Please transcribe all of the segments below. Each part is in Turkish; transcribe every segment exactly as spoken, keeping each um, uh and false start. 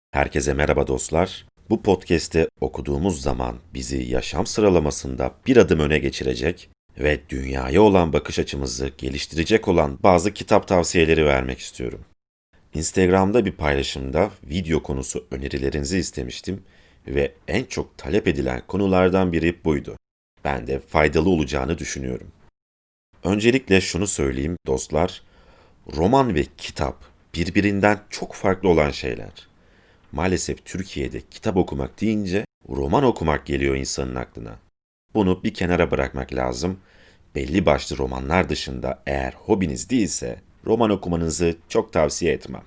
Herkese merhaba dostlar. Bu podcast'te okuduğumuz zaman bizi yaşam sıralamasında bir adım öne geçirecek ve dünyaya olan bakış açımızı geliştirecek olan bazı kitap tavsiyeleri vermek istiyorum. Instagram'da bir paylaşımda video konusu önerilerinizi istemiştim ve en çok talep edilen konulardan biri buydu. Ben de faydalı olacağını düşünüyorum. Öncelikle şunu söyleyeyim dostlar, roman ve kitap birbirinden çok farklı olan şeyler. Maalesef Türkiye'de kitap okumak deyince roman okumak geliyor insanın aklına. Bunu bir kenara bırakmak lazım. Belli başlı romanlar dışında eğer hobiniz değilse roman okumanızı çok tavsiye etmem.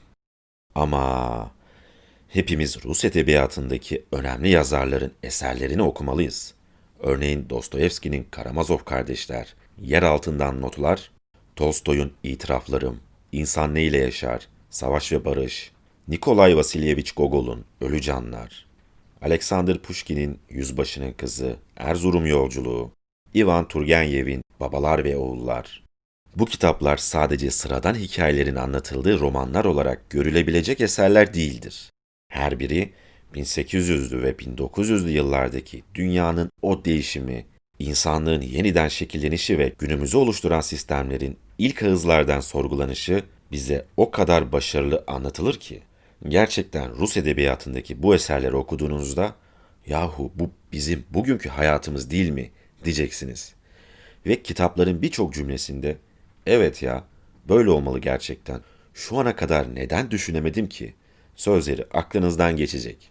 Ama hepimiz Rus edebiyatındaki önemli yazarların eserlerini okumalıyız. Örneğin Dostoyevski'nin Karamazov Kardeşler, Yer Altından Notlar, Tolstoy'un İtiraflarım, İnsan Ne ile Yaşar, Savaş ve Barış, Nikolay Vasilyevich Gogol'un Ölü Canlar, Alexander Pushkin'in Yüzbaşının Kızı, Erzurum Yolculuğu, Ivan Turgenev'in Babalar ve Oğullar. Bu kitaplar sadece sıradan hikayelerin anlatıldığı romanlar olarak görülebilecek eserler değildir. Her biri bin sekiz yüzlü ve bin dokuz yüzlü yıllardaki dünyanın o değişimi, insanlığın yeniden şekillenişi ve günümüzü oluşturan sistemlerin ilk ağızlardan sorgulanışı bize o kadar başarılı anlatılır ki, gerçekten Rus edebiyatındaki bu eserleri okuduğunuzda, yahu bu bizim bugünkü hayatımız değil mi diyeceksiniz. Ve kitapların birçok cümlesinde, evet ya, böyle olmalı gerçekten, şu ana kadar neden düşünemedim ki, sözleri aklınızdan geçecek.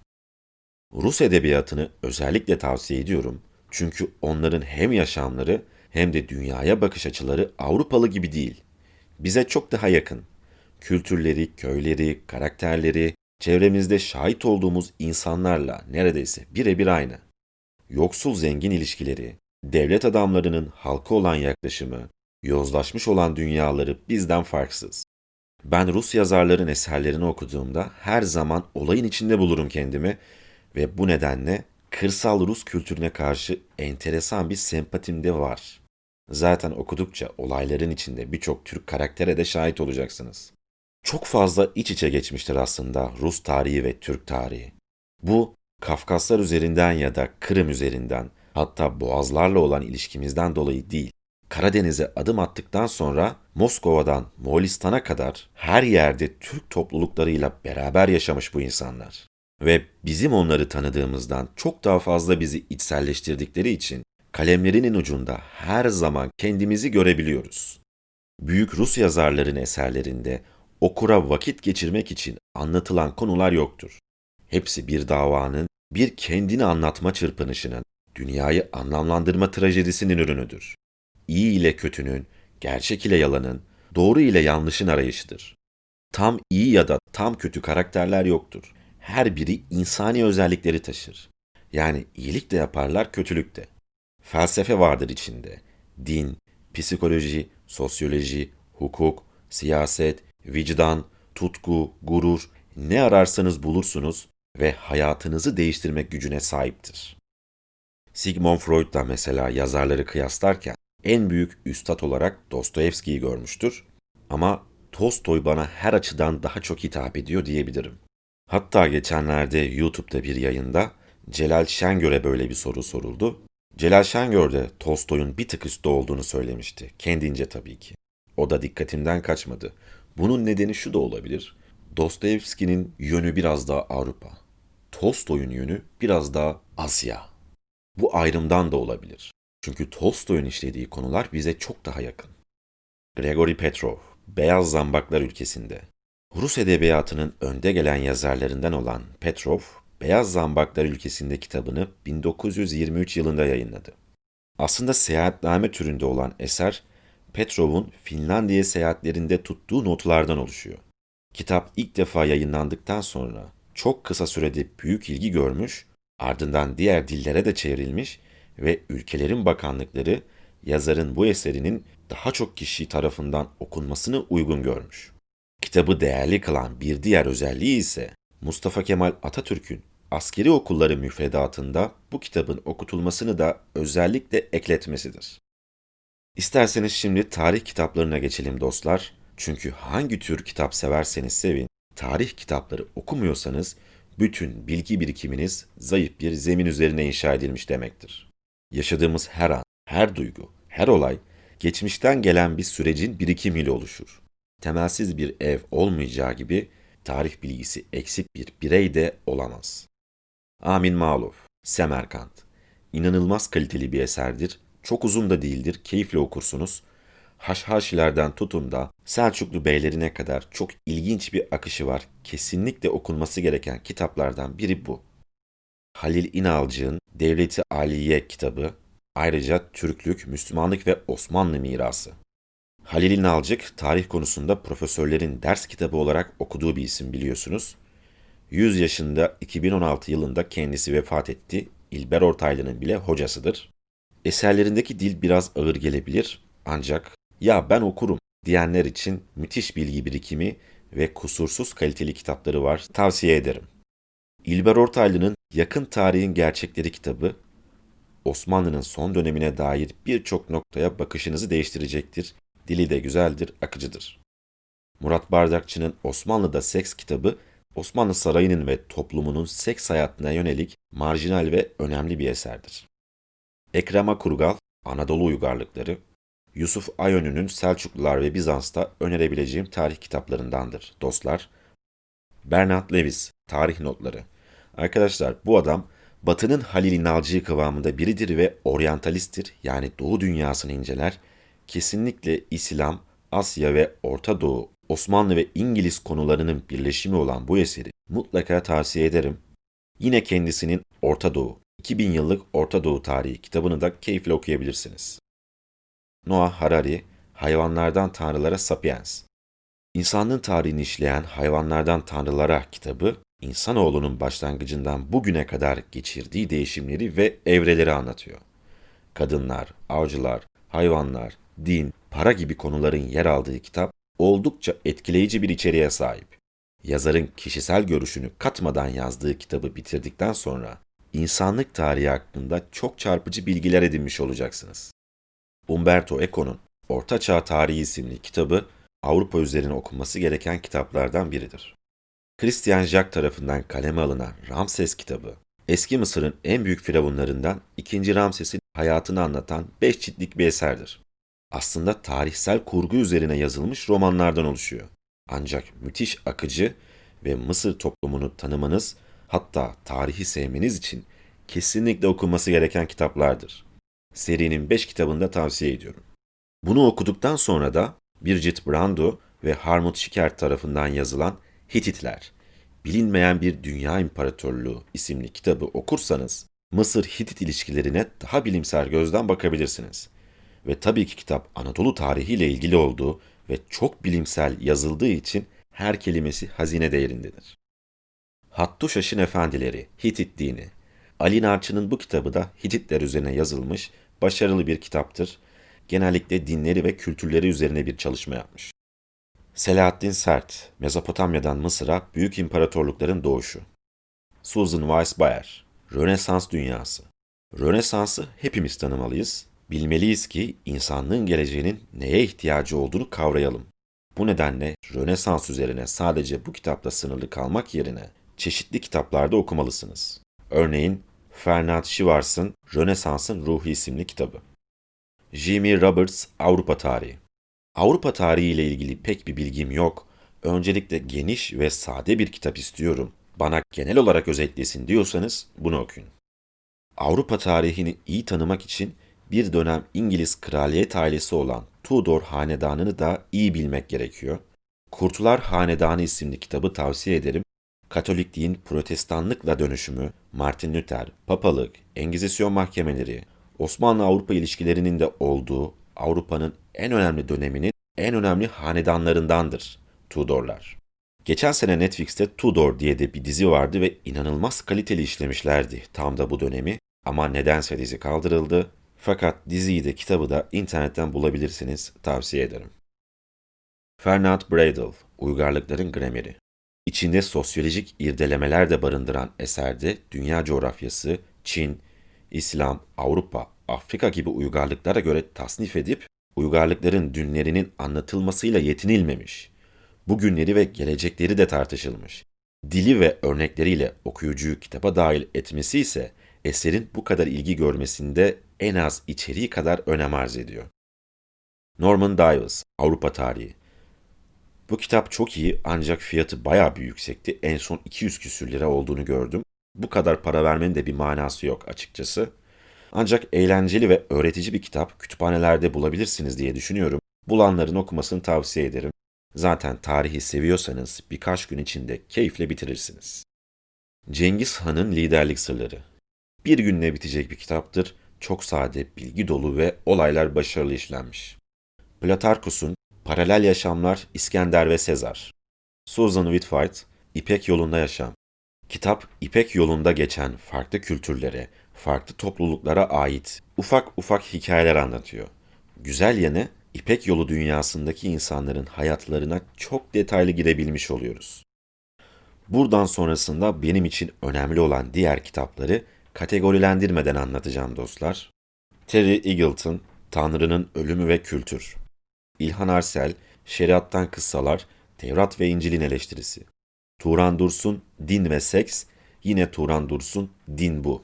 Rus edebiyatını özellikle tavsiye ediyorum çünkü onların hem yaşamları hem de dünyaya bakış açıları Avrupalı gibi değil. Bize çok daha yakın. Kültürleri, köyleri, karakterleri, çevremizde şahit olduğumuz insanlarla neredeyse birebir aynı. Yoksul zengin ilişkileri, devlet adamlarının halka olan yaklaşımı, yozlaşmış olan dünyaları bizden farksız. Ben Rus yazarların eserlerini okuduğumda her zaman olayın içinde bulurum kendimi ve bu nedenle kırsal Rus kültürüne karşı enteresan bir sempatim de var. Zaten okudukça olayların içinde birçok Türk karaktere de şahit olacaksınız. Çok fazla iç içe geçmiştir aslında Rus tarihi ve Türk tarihi. Bu Kafkaslar üzerinden ya da Kırım üzerinden, hatta Boğazlarla olan ilişkimizden dolayı değil. Karadeniz'e adım attıktan sonra Moskova'dan Moğolistan'a kadar her yerde Türk topluluklarıyla beraber yaşamış bu insanlar. Ve bizim onları tanıdığımızdan çok daha fazla bizi içselleştirdikleri için kalemlerinin ucunda her zaman kendimizi görebiliyoruz. Büyük Rus yazarların eserlerinde okura vakit geçirmek için anlatılan konular yoktur. Hepsi bir davanın, bir kendini anlatma çırpınışının, dünyayı anlamlandırma trajedisinin ürünüdür. İyi ile kötünün, gerçek ile yalanın, doğru ile yanlışın arayışıdır. Tam iyi ya da tam kötü karakterler yoktur. Her biri insani özellikleri taşır. Yani iyilik de yaparlar, kötülük de. Felsefe vardır içinde. Din, psikoloji, sosyoloji, hukuk, siyaset, vicdan, tutku, gurur, ne ararsanız bulursunuz ve hayatınızı değiştirmek gücüne sahiptir. Sigmund Freud da mesela yazarları kıyaslarken en büyük üstad olarak Dostoyevski'yi görmüştür. Ama Tolstoy bana her açıdan daha çok hitap ediyor diyebilirim. Hatta geçenlerde YouTube'da bir yayında Celal Şengör'e böyle bir soru soruldu. Celal Şengör de Tolstoy'un bir tık üstte olduğunu söylemişti. Kendince tabii ki. O da dikkatimden kaçmadı. Bunun nedeni şu da olabilir. Dostoyevski'nin yönü biraz daha Avrupa. Tolstoy'un yönü biraz daha Asya. Bu ayrımdan da olabilir. Çünkü Tolstoy'un işlediği konular bize çok daha yakın. Grigori Petrov, Beyaz Zambaklar Ülkesinde. Rus edebiyatının önde gelen yazarlarından olan Petrov, Beyaz Zambaklar Ülkesinde kitabını bin dokuz yüz yirmi üç yılında yayınladı. Aslında seyahatname türünde olan eser, Petrov'un Finlandiya seyahatlerinde tuttuğu notlardan oluşuyor. Kitap ilk defa yayınlandıktan sonra çok kısa sürede büyük ilgi görmüş, ardından diğer dillere de çevrilmiş ve ülkelerin bakanlıkları yazarın bu eserinin daha çok kişi tarafından okunmasını uygun görmüş. Kitabı değerli kılan bir diğer özelliği ise Mustafa Kemal Atatürk'ün askeri okulları müfredatında bu kitabın okutulmasını da özellikle ekletmesidir. İsterseniz şimdi tarih kitaplarına geçelim dostlar. Çünkü hangi tür kitap severseniz sevin, tarih kitapları okumuyorsanız Bütün bilgi birikiminiz zayıf bir zemin üzerine inşa edilmiş demektir. Yaşadığımız her an, her duygu, her olay geçmişten gelen bir sürecin birikimiyle oluşur. Temelsiz bir ev olmayacağı gibi tarih bilgisi eksik bir birey de olamaz. Amin Maluf, Semerkant. İnanılmaz kaliteli bir eserdir. Çok uzun da değildir, keyifle okursunuz. Haşhaşilerden tutun da Selçuklu beylerine kadar çok ilginç bir akışı var. Kesinlikle okunması gereken kitaplardan biri bu. Halil İnalcık'ın Devleti Aliye kitabı, ayrıca Türklük, Müslümanlık ve Osmanlı mirası. Halil İnalcık, tarih konusunda profesörlerin ders kitabı olarak okuduğu bir isim biliyorsunuz. yüz yaşında iki bin on altı yılında kendisi vefat etti. İlber Ortaylı'nın bile hocasıdır. Eserlerindeki dil biraz ağır gelebilir ancak ya ben okurum diyenler için müthiş bilgi birikimi ve kusursuz kaliteli kitapları var, tavsiye ederim. İlber Ortaylı'nın Yakın Tarihin Gerçekleri kitabı, Osmanlı'nın son dönemine dair birçok noktaya bakışınızı değiştirecektir. Dili de güzeldir, akıcıdır. Murat Bardakçı'nın Osmanlı'da Seks kitabı, Osmanlı sarayının ve toplumunun seks hayatına yönelik marjinal ve önemli bir eserdir. Ekrem Akurgal, Anadolu Uygarlıkları, Yusuf Ayönü'nün Selçuklular ve Bizans'ta önerebileceğim tarih kitaplarındandır dostlar. Bernard Lewis, Tarih Notları. Arkadaşlar bu adam Batı'nın Halil İnalcığı kıvamında biridir ve oryantalisttir, yani Doğu dünyasını inceler. Kesinlikle İslam, Asya ve Orta Doğu, Osmanlı ve İngiliz konularının birleşimi olan bu eseri mutlaka tavsiye ederim. Yine kendisinin Orta Doğu, iki bin yıllık Orta Doğu tarihi kitabını da keyifle okuyabilirsiniz. Noah Harari, Hayvanlardan Tanrılara Sapiens. İnsanlığın tarihini işleyen Hayvanlardan Tanrılara kitabı, insanoğlunun başlangıcından bugüne kadar geçirdiği değişimleri ve evreleri anlatıyor. Kadınlar, avcılar, hayvanlar, din, para gibi konuların yer aldığı kitap oldukça etkileyici bir içeriğe sahip. Yazarın kişisel görüşünü katmadan yazdığı kitabı bitirdikten sonra insanlık tarihi hakkında çok çarpıcı bilgiler edinmiş olacaksınız. Umberto Eco'nun Orta Çağ Tarihi isimli kitabı Avrupa üzerine okunması gereken kitaplardan biridir. Christian Jacques tarafından kaleme alınan Ramses kitabı, eski Mısır'ın en büyük firavunlarından ikinci. Ramses'in hayatını anlatan beş ciltlik bir eserdir. Aslında tarihsel kurgu üzerine yazılmış romanlardan oluşuyor. Ancak müthiş akıcı ve Mısır toplumunu tanımanız, hatta tarihi sevmeniz için kesinlikle okunması gereken kitaplardır. Serinin beş kitabını da tavsiye ediyorum. Bunu okuduktan sonra da Birgit Brando ve Harmut Schickel tarafından yazılan Hititler, Bilinmeyen Bir Dünya İmparatorluğu isimli kitabı okursanız Mısır-Hitit ilişkilerine daha bilimsel gözden bakabilirsiniz. Ve tabii ki kitap Anadolu tarihiyle ilgili olduğu ve çok bilimsel yazıldığı için her kelimesi hazine değerindedir. Hattuşaş'ın Efendileri, Hitit Dini. Ali Narçı'nın bu kitabı da Hititler üzerine yazılmış başarılı bir kitaptır. Genellikle dinleri ve kültürleri üzerine bir çalışma yapmış. Selahaddin Sert, Mezopotamya'dan Mısır'a Büyük İmparatorlukların Doğuşu. Susan Weisbayer, Rönesans Dünyası. Rönesans'ı hepimiz tanımalıyız. Bilmeliyiz ki insanlığın geleceğinin neye ihtiyacı olduğunu kavrayalım. Bu nedenle Rönesans üzerine sadece bu kitapta sınırlı kalmak yerine çeşitli kitaplarda okumalısınız. Örneğin Fernand Schwartz'ın Rönesans'ın Ruhu isimli kitabı. Jimmy Roberts, Avrupa Tarihi. Avrupa tarihi ile ilgili pek bir bilgim yok. Öncelikle geniş ve sade bir kitap istiyorum. Bana genel olarak özetlesin diyorsanız bunu okuyun. Avrupa tarihini iyi tanımak için bir dönem İngiliz kraliyet ailesi olan Tudor hanedanını da iyi bilmek gerekiyor. Kurtlar Hanedanı isimli kitabı tavsiye ederim. Katolikliğin Protestanlıkla dönüşümü, Martin Luther, papalık, Engizisyon mahkemeleri, Osmanlı-Avrupa ilişkilerinin de olduğu Avrupa'nın en önemli döneminin en önemli hanedanlarındandır Tudorlar. Geçen sene Netflix'te Tudor diye de bir dizi vardı ve inanılmaz kaliteli işlemişlerdi tam da bu dönemi, ama nedense dizi kaldırıldı. Fakat diziyi de kitabı da internetten bulabilirsiniz, tavsiye ederim. Fernand Braudel, Uygarlıkların Grameri. İçinde sosyolojik irdelemeler de barındıran eserde dünya coğrafyası, Çin, İslam, Avrupa, Afrika gibi uygarlıklara göre tasnif edip uygarlıkların dünlerinin anlatılmasıyla yetinilmemiş. Bugünleri ve gelecekleri de tartışılmış. Dili ve örnekleriyle okuyucuyu kitaba dahil etmesi ise eserin bu kadar ilgi görmesinde en az içeriği kadar önem arz ediyor. Norman Dives, Avrupa Tarihi. Bu kitap çok iyi ancak fiyatı bayağı bir yüksekti. En son iki yüz küsür lira olduğunu gördüm. Bu kadar para vermenin de bir manası yok açıkçası. Ancak eğlenceli ve öğretici bir kitap kütüphanelerde bulabilirsiniz diye düşünüyorum. Bulanların okumasını tavsiye ederim. Zaten tarihi seviyorsanız birkaç gün içinde keyifle bitirirsiniz. Cengiz Han'ın Liderlik Sırları. Bir günle bitecek bir kitaptır. Çok sade, bilgi dolu ve olaylar başarılı işlenmiş. Platarkus'un Paralel Yaşamlar, İskender ve Sezar. Susan Whitfield, İpek Yolunda Yaşam. Kitap, İpek yolunda geçen farklı kültürlere, farklı topluluklara ait ufak ufak hikayeler anlatıyor. Güzel yanı, İpek yolu dünyasındaki insanların hayatlarına çok detaylı girebilmiş oluyoruz. Buradan sonrasında benim için önemli olan diğer kitapları kategorilendirmeden anlatacağım dostlar. Terry Eagleton, Tanrı'nın Ölümü ve Kültür. İlhan Arsel, Şeriattan Kıssalar, Tevrat ve İncil'in Eleştirisi. Turan Dursun, Din ve Seks, yine Turan Dursun, Din Bu.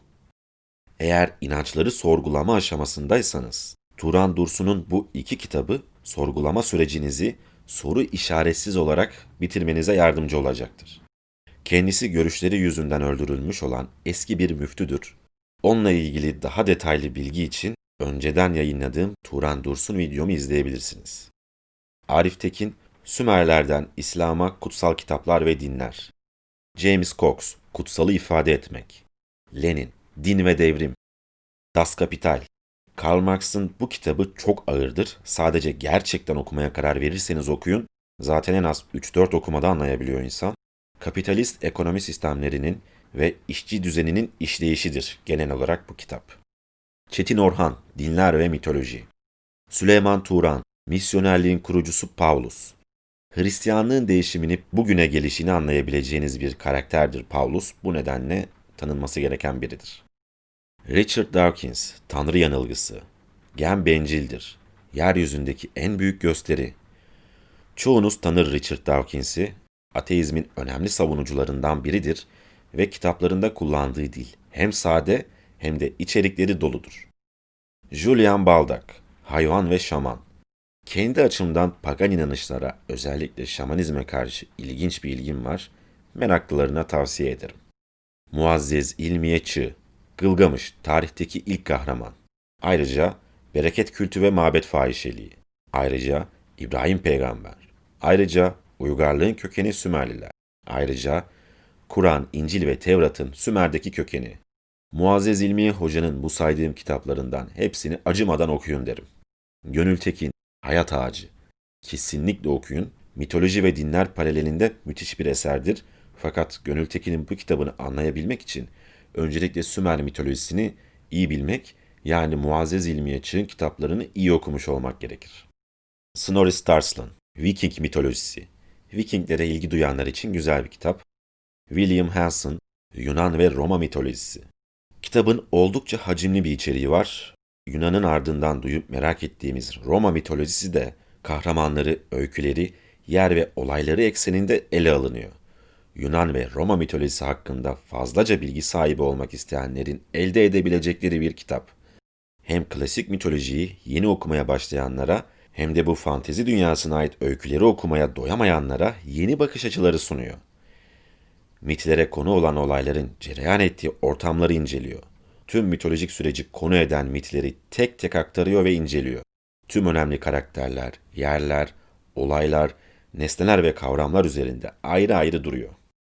Eğer inançları sorgulama aşamasındaysanız, Turan Dursun'un bu iki kitabı sorgulama sürecinizi soru işaretsiz olarak bitirmenize yardımcı olacaktır. Kendisi görüşleri yüzünden öldürülmüş olan eski bir müftüdür. Onunla ilgili daha detaylı bilgi için önceden yayınladığım Turan Dursun videomu izleyebilirsiniz. Arif Tekin, Sümerlerden İslam'a Kutsal Kitaplar ve Dinler. James Cox, Kutsalı İfade Etmek. Lenin, Din ve Devrim. Das Kapital. Karl Marx'ın bu kitabı çok ağırdır. Sadece gerçekten okumaya karar verirseniz okuyun. Zaten en az üç dört okumada anlayabiliyor insan. Kapitalist ekonomi sistemlerinin ve işçi düzeninin işleyişidir genel olarak bu kitap. Çetin Orhan, Dinler ve Mitoloji. Süleyman Turan, misyonerliğin kurucusu Paulus. Hristiyanlığın değişimini bugüne gelişini anlayabileceğiniz bir karakterdir Paulus. Bu nedenle tanınması gereken biridir. Richard Dawkins, Tanrı Yanılgısı. Gen bencildir. Yeryüzündeki en büyük gösteri. Çoğunuz tanır Richard Dawkins'i. Ateizmin önemli savunucularından biridir ve kitaplarında kullandığı dil hem sade hem de içerikleri doludur. Julian Baldock, Hayvan ve Şaman. Kendi açımdan pagan inanışlara, özellikle şamanizme karşı ilginç bir ilgim var. Meraklılarına tavsiye ederim. Muazzez İlmiye Çığ, Gılgamış, tarihteki ilk kahraman. Ayrıca bereket kültü ve mabet fahişeliği. Ayrıca İbrahim Peygamber. Ayrıca uygarlığın kökeni Sümerliler. Ayrıca Kur'an, İncil ve Tevrat'ın Sümer'deki kökeni. Muazzez İlmiye Hoca'nın bu saydığım kitaplarından hepsini acımadan okuyun derim. Gönül Tekin, Hayat Ağacı. Kesinlikle okuyun. Mitoloji ve dinler paralelinde müthiş bir eserdir. Fakat Gönül Tekin'in bu kitabını anlayabilmek için öncelikle Sümer mitolojisini iyi bilmek, yani Muazzez İlmiye Çığ'ın kitaplarını iyi okumuş olmak gerekir. Snorri Sturluson, Viking mitolojisi. Vikinglere ilgi duyanlar için güzel bir kitap. William Hanson, Yunan ve Roma mitolojisi. Kitabın oldukça hacimli bir içeriği var. Yunan'ın ardından duyup merak ettiğimiz Roma mitolojisi de kahramanları, öyküleri, yer ve olayları ekseninde ele alınıyor. Yunan ve Roma mitolojisi hakkında fazlaca bilgi sahibi olmak isteyenlerin elde edebilecekleri bir kitap. Hem klasik mitolojiyi yeni okumaya başlayanlara hem de bu fantezi dünyasına ait öyküleri okumaya doyamayanlara yeni bakış açıları sunuyor. Mitlere konu olan olayların cereyan ettiği ortamları inceliyor. Tüm mitolojik süreci konu eden mitleri tek tek aktarıyor ve inceliyor. Tüm önemli karakterler, yerler, olaylar, nesneler ve kavramlar üzerinde ayrı ayrı duruyor.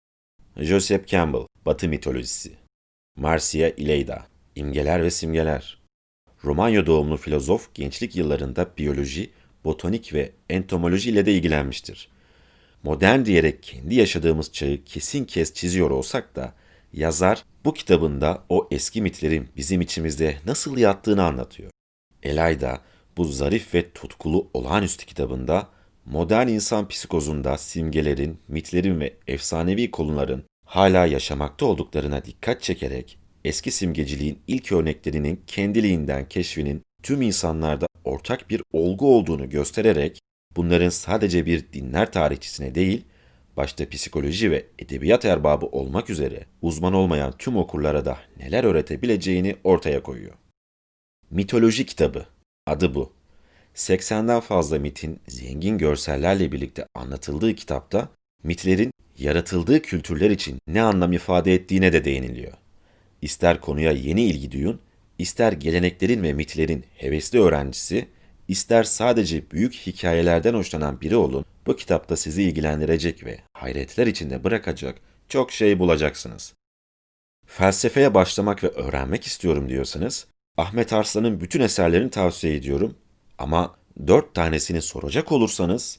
Joseph Campbell, Batı mitolojisi. Marcia Ileida, İmgeler ve Simgeler. Romanya doğumlu filozof gençlik yıllarında biyoloji, botanik ve entomoloji ile de ilgilenmiştir. Modern diyerek kendi yaşadığımız çağı kesin kes çiziyor olsak da yazar bu kitabında o eski mitlerin bizim içimizde nasıl yattığını anlatıyor. Elayda bu zarif ve tutkulu olağanüstü kitabında modern insan psikozunda simgelerin, mitlerin ve efsanevi konuların hala yaşamakta olduklarına dikkat çekerek eski simgeciliğin ilk örneklerinin kendiliğinden keşfinin tüm insanlarda ortak bir olgu olduğunu göstererek bunların sadece bir dinler tarihçisine değil, başta psikoloji ve edebiyat erbabı olmak üzere uzman olmayan tüm okurlara da neler öğretebileceğini ortaya koyuyor. Mitoloji kitabı, adı bu. seksenden fazla mitin zengin görsellerle birlikte anlatıldığı kitapta mitlerin yaratıldığı kültürler için ne anlam ifade ettiğine de değiniliyor. İster konuya yeni ilgi duyun, ister geleneklerin ve mitlerin hevesli öğrencisi, ister sadece büyük hikayelerden hoşlanan biri olun, bu kitapta sizi ilgilendirecek ve hayretler içinde bırakacak çok şey bulacaksınız. Felsefeye başlamak ve öğrenmek istiyorum diyorsanız, Ahmet Arslan'ın bütün eserlerini tavsiye ediyorum. Ama dört tanesini soracak olursanız,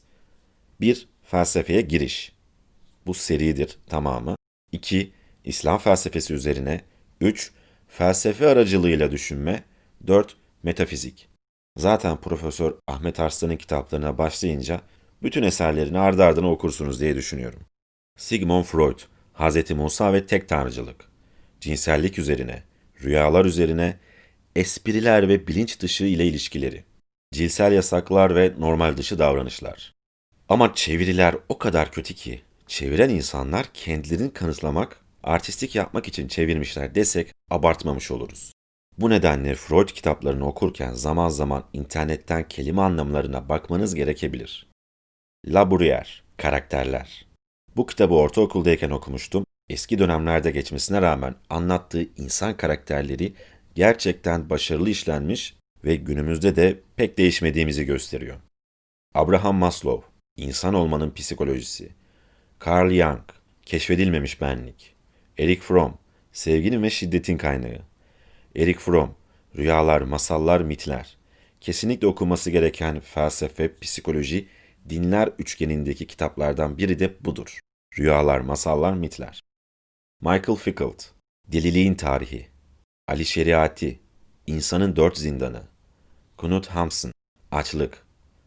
bir Felsefeye giriş. Bu seridir tamamı. iki İslam felsefesi üzerine. üç Felsefe aracılığıyla düşünme. dört Metafizik. Zaten Profesör Ahmet Arslan'ın kitaplarına başlayınca bütün eserlerini ardı ardına okursunuz diye düşünüyorum. Sigmund Freud, Hazreti Musa ve tek tanrıcılık. Cinsellik üzerine, rüyalar üzerine, espriler ve bilinç dışı ile ilişkileri. Cinsel yasaklar ve normal dışı davranışlar. Ama çeviriler o kadar kötü ki, çeviren insanlar kendilerini kanıtlamak, artistik yapmak için çevirmişler desek abartmamış oluruz. Bu nedenle Freud kitaplarını okurken zaman zaman internetten kelime anlamlarına bakmanız gerekebilir. La Bruyère, Karakterler. Bu kitabı ortaokuldayken okumuştum. Eski dönemlerde geçmesine rağmen anlattığı insan karakterleri gerçekten başarılı işlenmiş ve günümüzde de pek değişmediğimizi gösteriyor. Abraham Maslow, İnsan Olmanın Psikolojisi. Carl Jung, Keşfedilmemiş Benlik. Erich Fromm, Sevginin ve Şiddetin Kaynağı. Erich Fromm, Rüyalar, Masallar, Mitler. Kesinlikle okunması gereken felsefe, psikoloji, dinler üçgenindeki kitaplardan biri de budur. Rüyalar, Masallar, Mitler. Michael Fickelt, Deliliğin Tarihi. Ali Şeriati, İnsanın Dört Zindanı. Knut Hamsun, Açlık.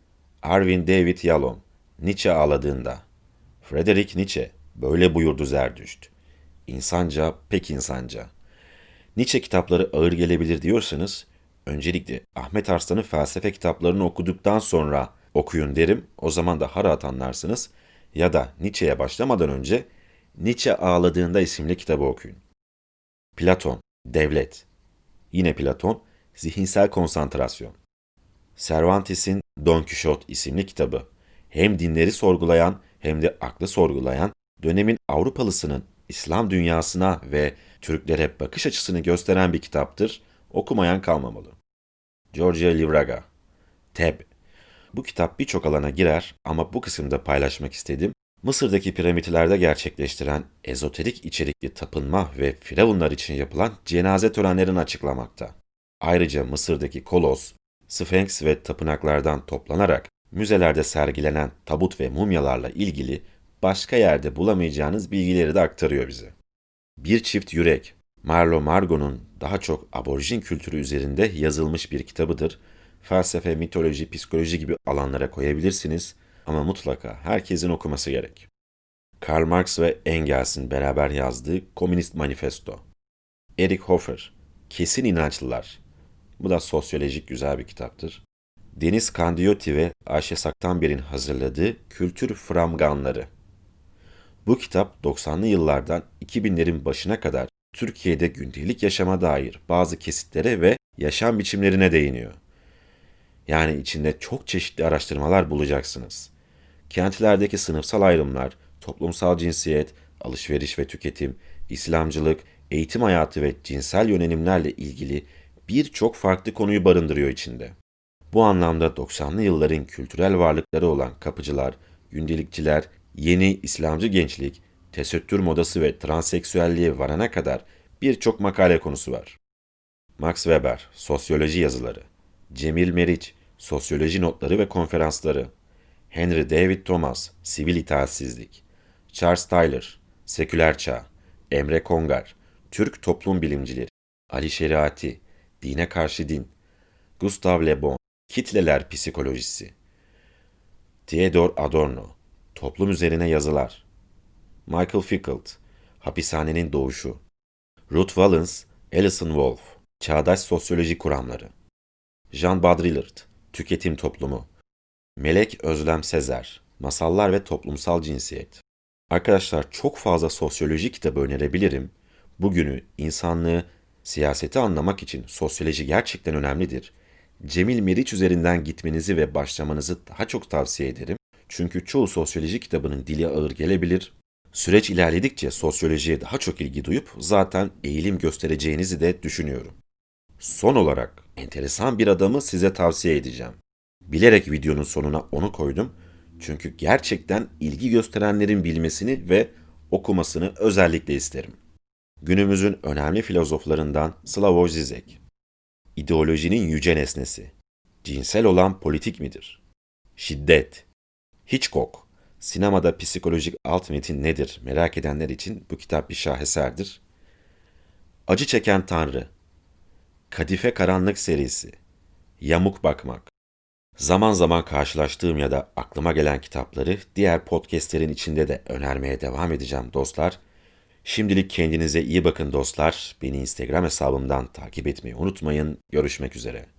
Erwin David Yalom, Nietzsche ağladığında. Friedrich Nietzsche, böyle buyurdu Zerdüşt. İnsanca, pek insanca. Nietzsche kitapları ağır gelebilir diyorsanız, öncelikle Ahmet Arslan'ın felsefe kitaplarını okuduktan sonra okuyun derim, o zaman daha rahat anlarsınız. Ya da Nietzsche'ye başlamadan önce Nietzsche Ağladığında isimli kitabı okuyun. Platon, Devlet. Yine Platon, Zihinsel Konsantrasyon. Cervantes'in Don Quixote isimli kitabı hem dinleri sorgulayan hem de aklı sorgulayan, dönemin Avrupalısının İslam dünyasına ve Türklere bakış açısını gösteren bir kitaptır, okumayan kalmamalı. Georgia Livraga, Teb. Bu kitap birçok alana girer ama bu kısımda paylaşmak istedim. Mısır'daki piramitlerde gerçekleştiren ezoterik içerikli tapınma ve firavunlar için yapılan cenaze törenlerini açıklamakta. Ayrıca Mısır'daki Kolos, Sphinx ve tapınaklardan toplanarak müzelerde sergilenen tabut ve mumyalarla ilgili başka yerde bulamayacağınız bilgileri de aktarıyor bize. Bir Çift Yürek, Marlo Margo'nun daha çok aborjin kültürü üzerinde yazılmış bir kitabıdır. Felsefe, mitoloji, psikoloji gibi alanlara koyabilirsiniz ama mutlaka herkesin okuması gerek. Karl Marx ve Engels'in beraber yazdığı Komünist Manifesto. Erich Hofer, Kesin İnançlılar. Bu da sosyolojik güzel bir kitaptır. Deniz Kandiyoti ve Ayşe Saktanber'in hazırladığı Kültür Framganları. Bu kitap doksanlı yıllardan iki binlerin başına kadar Türkiye'de gündelik yaşama dair bazı kesitlere ve yaşam biçimlerine değiniyor. Yani içinde çok çeşitli araştırmalar bulacaksınız. Kentlerdeki sınıfsal ayrımlar, toplumsal cinsiyet, alışveriş ve tüketim, İslamcılık, eğitim hayatı ve cinsel yönelimlerle ilgili birçok farklı konuyu barındırıyor içinde. Bu anlamda doksanlı yılların kültürel varlıkları olan kapıcılar, gündelikçiler, yeni İslamcı gençlik, tesettür modası ve transseksüelliğe varana kadar birçok makale konusu var. Max Weber, Sosyoloji yazıları. Cemil Meriç, Sosyoloji notları ve konferansları. Henry David Thomas, Sivil itaatsizlik. Charles Taylor, Seküler Çağ. Emre Kongar, Türk toplum bilimcileri. Ali Şeriati, Dine Karşı Din. Gustave Le Bon, Kitleler Psikolojisi. Theodor Adorno, Toplum Üzerine Yazılar. Michael Fickelt, Hapishanenin Doğuşu. Ruth Wallens, Alison Wolf, Çağdaş Sosyoloji Kuramları. Jean Baudrillard, Tüketim Toplumu. Melek Özlem Sezer, Masallar ve Toplumsal Cinsiyet. Arkadaşlar çok fazla sosyoloji kitabı önerebilirim. Bugünü, insanlığı, siyaseti anlamak için sosyoloji gerçekten önemlidir. Cemil Meriç üzerinden gitmenizi ve başlamanızı daha çok tavsiye ederim. Çünkü çoğu sosyoloji kitabının dili ağır gelebilir. Süreç ilerledikçe sosyolojiye daha çok ilgi duyup zaten eğilim göstereceğinizi de düşünüyorum. Son olarak enteresan bir adamı size tavsiye edeceğim. Bilerek videonun sonuna onu koydum. Çünkü gerçekten ilgi gösterenlerin bilmesini ve okumasını özellikle isterim. Günümüzün önemli filozoflarından Slavoj Zizek. İdeolojinin yüce nesnesi. Cinsel olan politik midir? Şiddet. Hitchcock. Sinemada psikolojik alt metin nedir merak edenler için bu kitap bir şaheserdir. Acı çeken Tanrı. Kadife Karanlık serisi. Yamuk Bakmak. Zaman zaman karşılaştığım ya da aklıma gelen kitapları diğer podcastlerin içinde de önermeye devam edeceğim dostlar. Şimdilik kendinize iyi bakın dostlar. Beni Instagram hesabımdan takip etmeyi unutmayın. Görüşmek üzere.